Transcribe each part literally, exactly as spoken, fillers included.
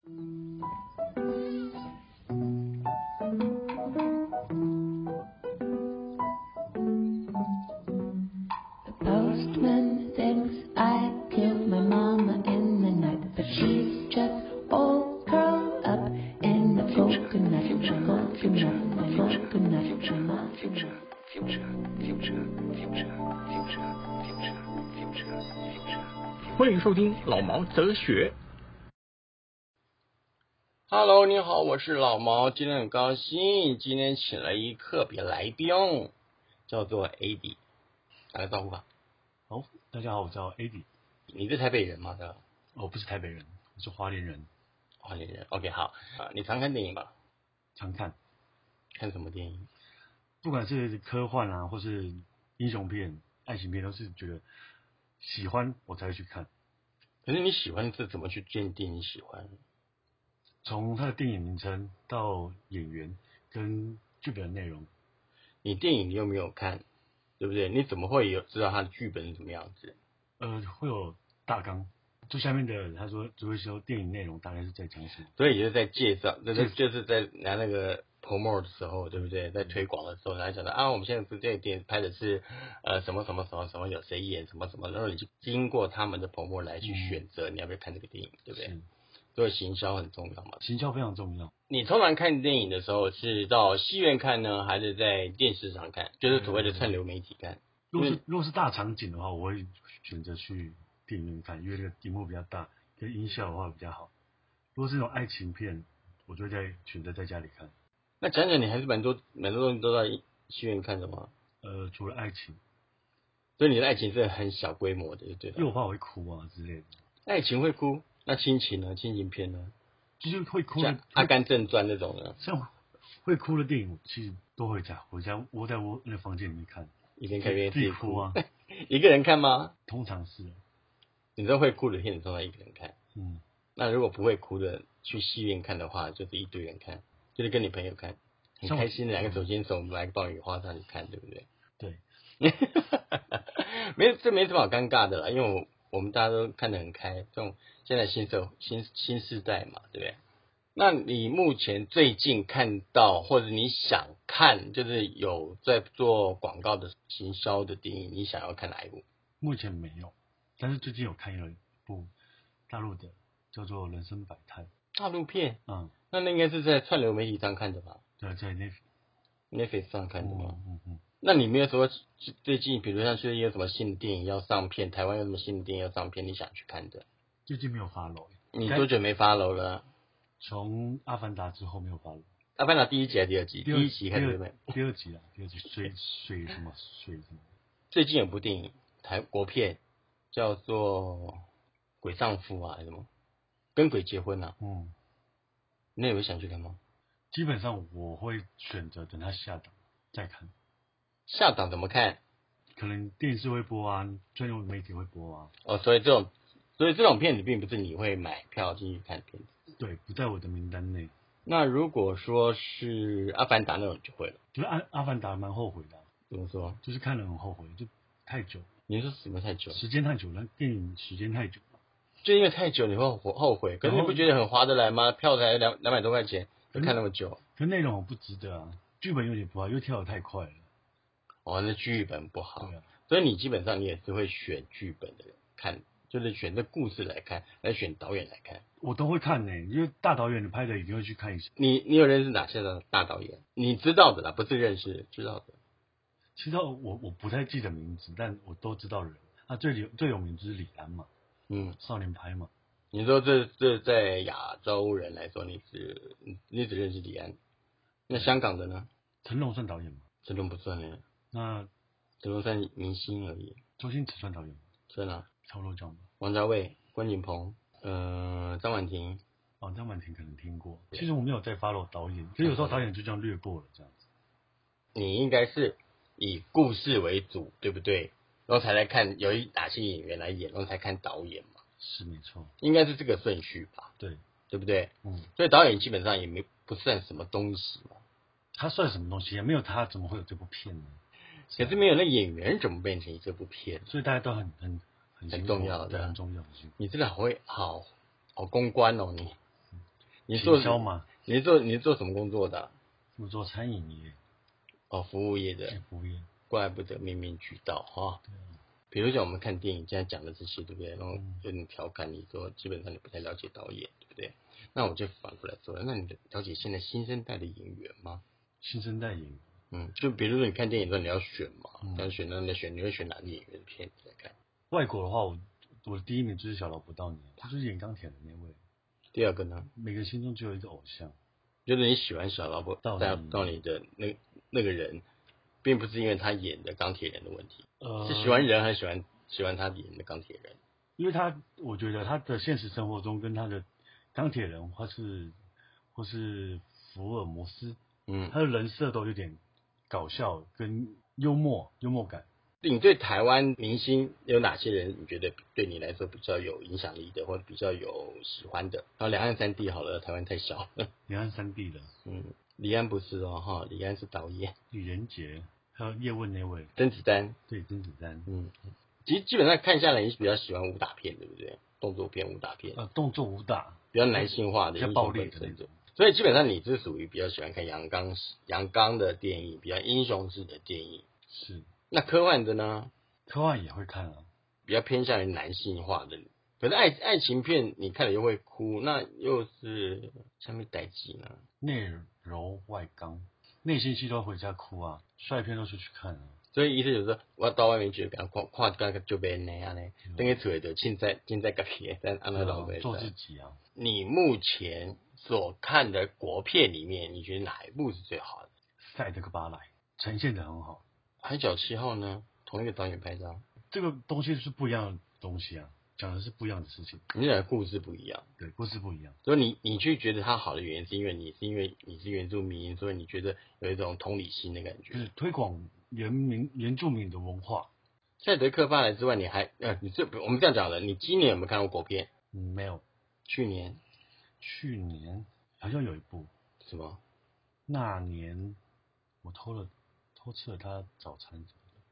Postman thinks I killed my mama in the night, but she's just all curled up in a coconut, coconut, coconut. Future, future, future, future, future, future, future, future. 欢迎收听老毛哲学。Hello， 你好，我是老毛，今天很高兴，今天请了一特别来宾，叫做 A D， 打个招呼吧。 好，大家好，我叫 A D。 你是台北人吗？对吧？ 我不是台北人，我是花莲人。 花莲人 ，OK， 好啊。你常看电影吧？ 常看。 看什么电影？ 不管是科幻啊，或是英雄片、爱情片，都是觉得喜欢我才会去看。 可是你喜欢是怎么去鉴定你喜欢？ 从它的电影名称到演员跟剧本的内容。 你电影你又没有看，对不对？你怎么会有知道它的剧本是什么样子？ 呃，会有大纲，就下面的他说只会说电影内容大概是在讲什么， 所以也就是在介绍，就是就是在拿那个 promo 的时候，对不对？在推广的时候，然后讲到啊，我们现在这个电影拍的是呃什么什么什么什么，有谁演什么什么，然后你就经过他们的 promo 来去选择你要不要看这个电影，对不对？ 是， 所以行销很重要嘛。 行销非常重要。 你通常看电影的时候是到戏院看呢，还是在电视上看？就是所谓的串流媒体看。 如果是如果是大场景的话，我会选择去电影院看，因为这个荧幕比较大，跟音效的话比较好。如果是那种爱情片，我就会在选择在家里看。 那讲讲你还是蛮多蛮多东西都在戏院看的吗？ 呃，除了爱情， 所以你的爱情是很小规模的，对吧？ 因为我怕我会哭啊之类的。 爱情会哭，那亲情呢？亲情片呢？ 就是会哭的， 像《阿甘正传》那种的， 像会哭的电影，其实都回家，回家窝在我那个房间里面看， 一边看一边自己哭啊。 一个人看吗？ 通常是。 你知道会哭的片子通常一个人看。 嗯。 那如果不会哭的，去戏院看的话，就是一堆人看，就是跟你朋友看，很开心，两个手牵手来个爆米花上去看，对不对？ 对。 没这没什么好尴尬的啦，因为我我们大家都看得很开，这种现在新社新新世代嘛，对不对？那你目前最近看到或者你想看，就是有在做广告的行销的电影，你想要看哪一部？ 目前没有，但是最近有看了一部大陆的，叫做《人生百态》。 大陆片？ 嗯。 那那应该是在串流媒体上看的吧？ 对，在 Netflix Netflix 上看的吗？ 嗯嗯嗯。 那你没有说最近，比如像最近有什么新的电影要上片，台湾有什么新的电影要上片，你想去看的？ 最近没有 follow。 你多久没 follow 了？ 从《阿凡达》之后没有 follow。 阿凡达第一集还是第二集？ 第第一集看对不对？ 第二集啊，第二集水水什么水什么？ 最近有部电影，台国片叫做《鬼丈夫》啊，还是什么？跟鬼结婚啊？ 嗯。 那有想去看吗？ 基本上我会选择等它下档再看。 下档怎么看？ 可能电视会播啊，专用媒体会播啊。 哦，所以这种，所以这种片子并不是你会买票进去看的片子。 对，不在我的名单内。 那如果说是阿凡达那种就会了。 就是阿阿凡达蛮后悔的、啊。 怎么说？ 就是看了很后悔，就太久。 你说什么太久？ 时间太久了，电影时间太久了。 就因为太久你会后悔，可是你不觉得很划得来吗？票才两两百多块钱，就看那么久。 可内容我不值得啊，剧本有点不好，又跳得太快了。 哦，那剧本不好。 对啊。 所以你基本上你也是会选剧本的看，就是选这故事来看，来选导演来看。 我都会看呢、欸，因为大导演的拍的一定会去看一下。 你你有认识哪些的大导演？你知道的啦，不是认识，知道的。 其实我我不太记得名字，但我都知道人。他最有最有名就是李安嘛， 嗯， 少年派嘛。 你说这这在亚洲人来说，你只你只认识李安，那香港的呢？ 成龙算导演吗？ 成龙不算呢。 那成龙算明星而已。 周星驰算导演吗？ 算啊， 差不多这样吧。 王家卫、关锦鹏，呃，张婉婷。 哦，张婉婷可能听过。其实我没有在 follow 导演，所以有时候导演就这样略过了这样子。 你应该是以故事为主，对不对？然后才来看有哪些演员来演，然后才看导演嘛。 是没错。应该是这个顺序吧？ 对， 对不对？ 嗯。 所以导演基本上也没不算什么东西嘛。 他算什么东西？也没有他，怎么会有这部片呢？ 可是没有那演员，怎么变成这部片？ 所以大家都很很很很重要的， 很重要。 你真的好会好好公关哦，你你做行销嘛？ 你是做你是做什么工作的、啊？ 我做餐饮业， 哦，服务业的， 哎服务业。 怪不得面面俱到哈。比如讲我们看电影，现在讲的这些，对不对？然后有点调侃你说，基本上你不太了解导演，对不对？那我就反过来说了，那你了解现在新生代的演员吗？ 新生代演员， 嗯，就比如说你看电影的时候你要选嘛， 嗯要选那你选你会选哪个演员的片子来看？ 外国的话，我我的第一名就是小劳勃道尼，他就是演钢铁的那位。 第二个呢， 每个人心中只有一个偶像， 就是你喜欢小劳勃道尼到你的那那个人，并不是因为他演的钢铁人的问题， 呃， 是喜欢人还是喜欢喜欢他演的钢铁人？ 因为他我觉得他的现实生活中跟他的钢铁人或是或是福尔摩斯， 嗯， 他的人设都有点搞笑跟幽默幽默感。 你对台湾明星有哪些人你觉得对你来说比较有影响力的，或者比较有喜欢的？然后两岸三地好了，台湾太小了。 两岸三地的， 嗯，李安不是哦，哈，李安是导演。 李连杰，还有叶问那位， 甄子丹， 对，甄子丹， 嗯，其实基本上看下来，你是比较喜欢武打片，对不对？动作片、武打片， 呃，动作武打， 比较男性化的、 比较英雄暴力的那本身的种。。 所以基本上你是属于比较喜欢看阳刚、阳刚的电影，比较英雄式的电影。 是， 那科幻的呢， 科幻也会看啊。 比较偏向于男性化的。可是爱爱情片你看了又会哭，那又是下面代际呢？ 内柔外刚，内心戏都回家哭啊，帅片都出去看啊。 所以意思就是说，我到外面去，给他看看看个就别那样呢，等于出来就凊彩凊彩家己，但安那老对啊，做自己啊。 你目前所看的国片里面，你觉得哪一部是最好的？ 赛德克巴莱呈现的很好。 海角七号呢？同一个导演拍的， 这个东西是不一样的东西啊，讲的是不一样的事情。 你俩的故事不一样。 对，故事不一样。 所以你你去觉得它好的原因，是因为你是因为你是原住民，所以你觉得有一种同理心的感觉。 就是推广原民原住民的文化。 赛德克巴莱之外，你还呃，你这我们这样讲了，你今年有没有看过国片？ 嗯，没有。 去年去年好像有一部， 什么？ 那年我偷了偷吃了他早餐什么的。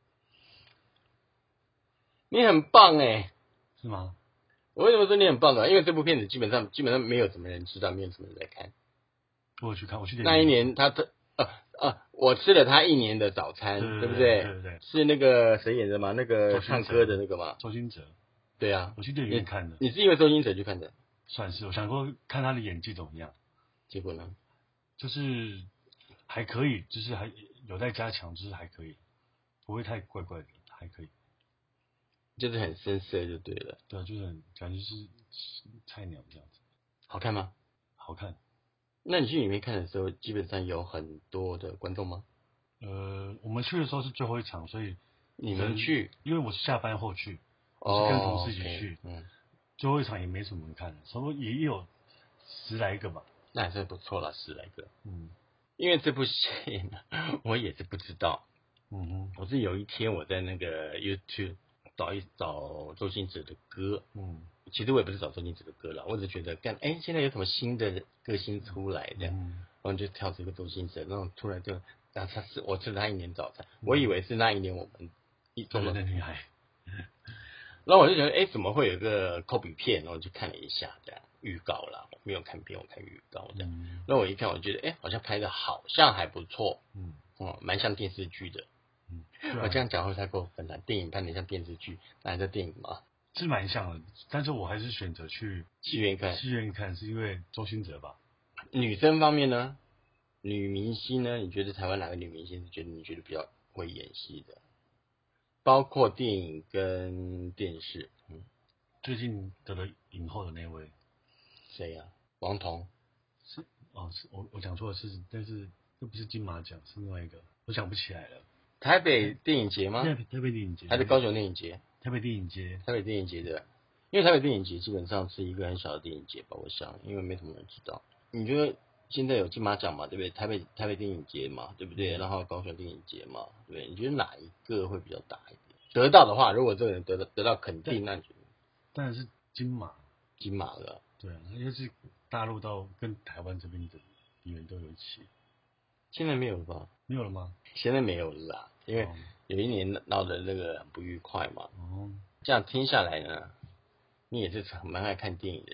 你很棒哎， 是吗？ 我为什么说你很棒呢？因为这部片子基本上基本上没有什么人知道，没有什么人在看。 我有去看，我去那一年他的呃呃，我吃了他一年的早餐， 对对不对？ 对对对， 是那个谁演的嘛？那个唱歌的那个嘛？ 周星哲。 对啊， 我去电影院看的。 你是因为周星哲去看的？ 算是，我想说看他的演技怎么样。 结果呢？ 就是还可以，就是还有待加强，就是还可以，不会太怪怪的，还可以。 就是很深色就对了。 对啊，就是很感觉是菜鸟这样子。 好看吗？ 好看。 那你去里面看的时候，基本上有很多的观众吗？ 呃，我们去的时候是最后一场，所以你们去， 因为我是下班后去， 哦， 我是跟同事一起 okay, 去， 嗯， 最后一场也没什么人看，差不多也有十来个吧。 那还是不错了，十来个。 嗯， 因为这部戏我也是不知道。 嗯哼， 我是有一天我在那个 YouTube 找一找周星驰的歌， 嗯， 其实我也不是找周星驰的歌了，我只是觉得干，哎，现在有什么新的歌星出来的， 嗯， 然后就跳出一个周星驰，然后突然就，然后他是我吃了他一年早餐， 嗯我以为是那一年我们一对中了， 对女孩。 然后我就觉得，哎，怎么会有个科比片？然后就看了一下，这样预告啦，没有看片，我看预告这样。 嗯， 那我一看，我觉得，哎，好像拍的好像还不错， 嗯， 哦，蛮像电视剧的。 嗯， 我这样讲会太过分了，电影拍的像电视剧，那还是电影吗？ 是蛮像的，但是我还是选择去戏院看。 戏院看，是因为周星哲吧。 女生方面呢？女明星呢？你觉得台湾哪个女明星是觉得你觉得比较会演戏的？包括电影跟电视，嗯， 最近得了影后的那位谁呀、啊？王彤是哦，是我我讲错了是，但是这不是金马奖，是另外一个，我想不起来了。 台北电影节吗？ 台台北电影节， 还是高雄电影节？ 台北电影节， 台北电影节的，因为台北电影节基本上是一个很小的电影节吧，我想，因为没什么人知道。你觉得现在有金马奖嘛，对不对？台北台北电影节嘛，对不对？然后高雄电影节嘛，对不对？你觉得哪一个会比较大一点？得到的话，如果这个人得到得到肯定，那你觉得当然是金马。 金马了。 对啊，因为是大陆到跟台湾这边的演员都有一起。 现在没有了吧？ 没有了吗？ 现在没有了啦，因为哦有一年闹得那个很不愉快嘛。 哦， 这样听下来呢，你也是蛮爱看电影的人。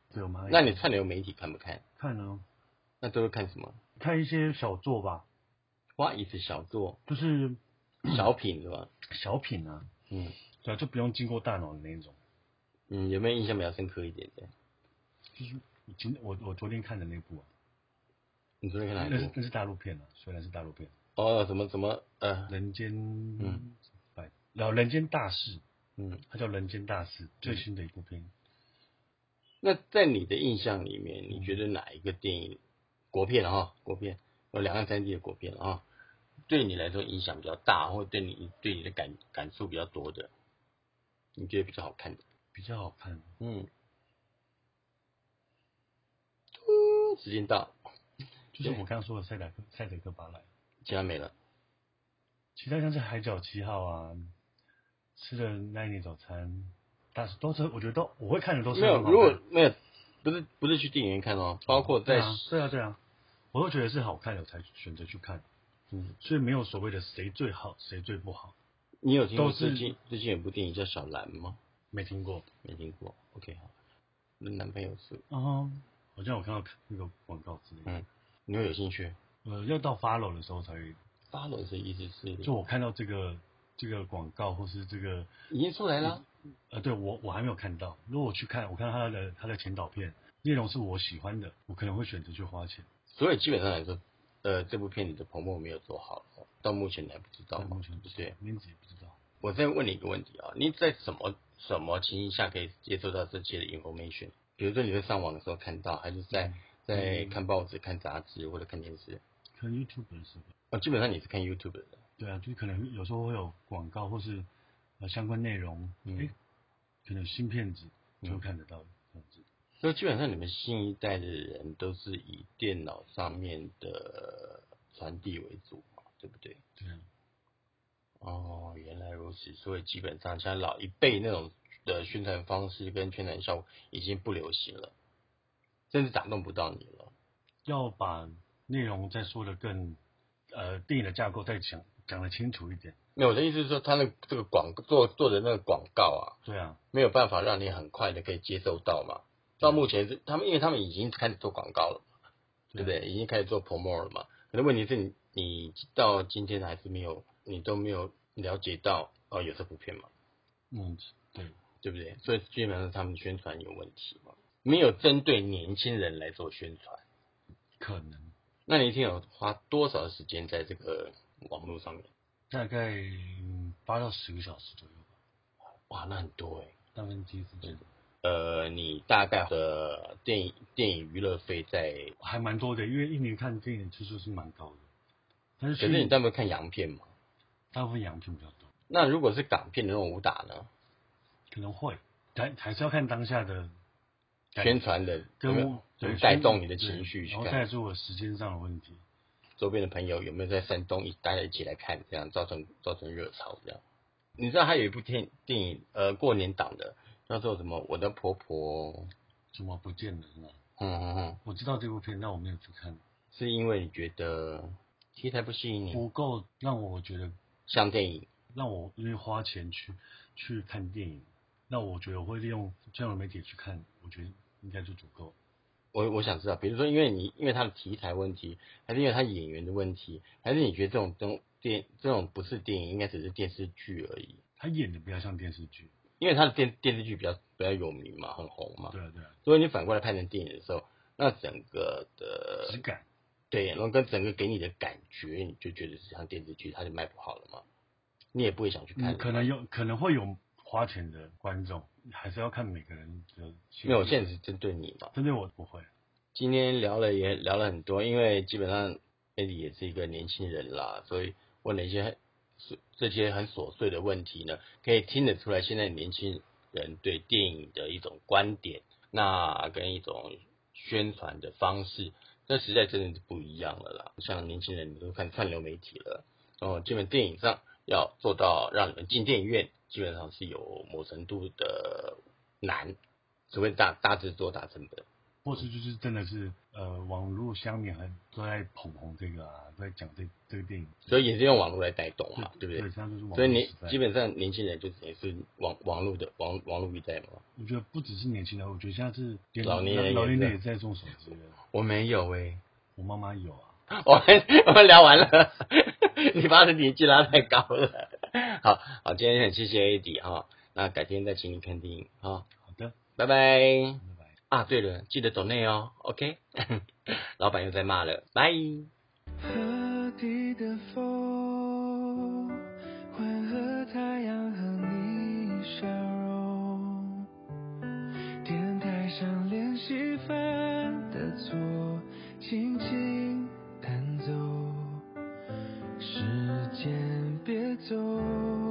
对，我们还那你串流媒体看不看？ 看啊， 那都会看什么？ 看一些小作吧， 哇，一直小作就是小品是吧？ 小品啊， 嗯对啊，就不用经过大脑的那一种。 嗯，有没有印象比较深刻一点的？ 就是今我我昨天看的那部啊， 你昨天看哪一部？ 那是那是大陆片啊，虽然是大陆片， 哦，什么什么呃， 人间嗯百，然后人间大事， 嗯， 它叫人间大事，最新的一部片。 那在你的印象里面，你觉得哪一个电影国片啊哈，国片有两岸三地的国片啊，对你来说影响比较大，或者对你对你的感感触比较多的，你觉得比较好看的？ 比较好看。 嗯，时间到， 就是我刚刚说的塞德克塞德克巴莱， 其他没了。 其他像是海角七号啊，吃的那一年早餐，但是都是我觉得都我会看的都是没有， 很好看如果没有，不是不是去电影院看哦，包括在对啊对啊对啊，我都觉得是好看的我才选择去看， 嗯， 所以没有所谓的谁最好谁最不好， 你有听过都是最近最近有部电影叫小兰吗？ 没听过。 没听过。OK 好，我的男朋友是， 嗯，好像我看到那个广告之类的。 嗯，你会有兴趣呃，要到 follow 的时候才， ？follow 的意思是就我看到这个这个广告或是这个， 已经出来了。 呃，对我我还没有看到。如果我去看，我看到他的他的前导片内容是我喜欢的，我可能会选择去花钱。 所以基本上来说，呃，这部片你的棚幕没有做好，到目前你还不知道对， 吗？ 目前不知道对， 名字也不知道。 我再问你一个问题啊，你在什么什么情形下可以接受到这些的 information？比如说你在上网的时候看到，还是在、 嗯、 在看报纸、看杂志或者看电视？ 看 YouTube 是吧？ 哦，基本上你是看 YouTube 的。 对啊，就可能有时候会有广告或是呃相关内容，哎、 嗯， 可能新片子就会看得到这样子。 所以基本上你们新一代的人都是以电脑上面的传递为主嘛，对不对？ 对啊， 哦，原来如此。所以基本上像老一辈那种的宣传方式跟宣传效果已经不流行了，甚至打动不到你了。 要把内容再说的更呃电影的架构再讲讲得清楚一点。 没有，我的意思是说，他那这个广做做的那个广告啊， 对啊， 没有办法让你很快的可以接受到嘛。到目前是他们，因为他们已经开始做广告了嘛，对不对？已经开始做 promo 了嘛。可是问题是你你到今天还是没有，你都没有了解到哦有这部片嘛， 嗯，对， 对不对？所以基本上他们宣传有问题嘛，没有针对年轻人来做宣传。 可能那你一天有花多少时间在这个网络上面？ 大概嗯八到十个小时左右吧， 哇，那很多哎。 大分之一时间， 呃，你大概的电影电影娱乐费在， 还蛮多的，因为一年看电影次数是蛮高的。但是可是你在不看洋片嘛？ 大部分洋片比较多， 那如果是港片的那种武打呢？ 可能会，还还是要看当下的宣传的有跟没有对带动你的情绪去然后再看？ 是我时间上的问题。 周边的朋友有没有在山东一大家一起来看，这样造成造成热潮这样？你知道还有一部电电影，呃，过年档的，叫做什么？我的婆婆， 怎么不见了是吗？ 嗯嗯嗯， 我知道这部片，但我没有去看， 是因为你觉得题材不吸引你， 不够让我觉得像电影？ 让我因为花钱去去看电影，那我觉得我会利用这样的媒体去看，我觉得应该就足够。 我我想知道，比如说，因为你因为它的题材问题，还是因为它演员的问题，还是你觉得这种这种电这种不是电影，应该只是电视剧而已？ 他演的比较像电视剧。 因为它的电电视剧比较比较有名嘛，很红嘛。 对啊对啊， 所以你反过来拍成电影的时候，那整个的质感。 对，然后跟整个给你的感觉，你就觉得是像电视剧，它就卖不好了嘛，你也不会想去看、 嗯，可能有可能会有花钱的观众，还是要看每个人的。 没有，现在是针对你嘛。 针对我不会。 今天聊了也聊了很多，因为基本上 Eddie 也是一个年轻人啦，所以问了一些这些很琐碎的问题呢，可以听得出来现在年轻人对电影的一种观点，那跟一种宣传的方式，这时代真的是不一样了啦。像年轻人你都看串流媒体了，哦，基本电影上要做到让你们进电影院，基本上是有某程度的难，除非大大制作大成本。 或是就是真的是呃网络乡民很都在捧红这个啊，都在讲这这个电影， 所以也是用网络来带动嘛，对不对？ 对，像就是网络所以你时代基本上年轻人就是也是网网络的网网络一代嘛。 我觉得不只是年轻人，我觉得现在是连老年人也是老年人也在用手机了。 我没有哎、 我妈妈有啊。 我们我们聊完了，你把的年纪拉太高了。好好，今天很谢谢 A D 哈，那改天再请你看电影哈。 好的， 拜拜。 拜拜。 啊，对了，记得抖内哦 ，OK？ 老板又在骂了，拜。 河堤的风，混合太阳和你笑容，电台上练习犯的错，轻轻弹奏，时间别走。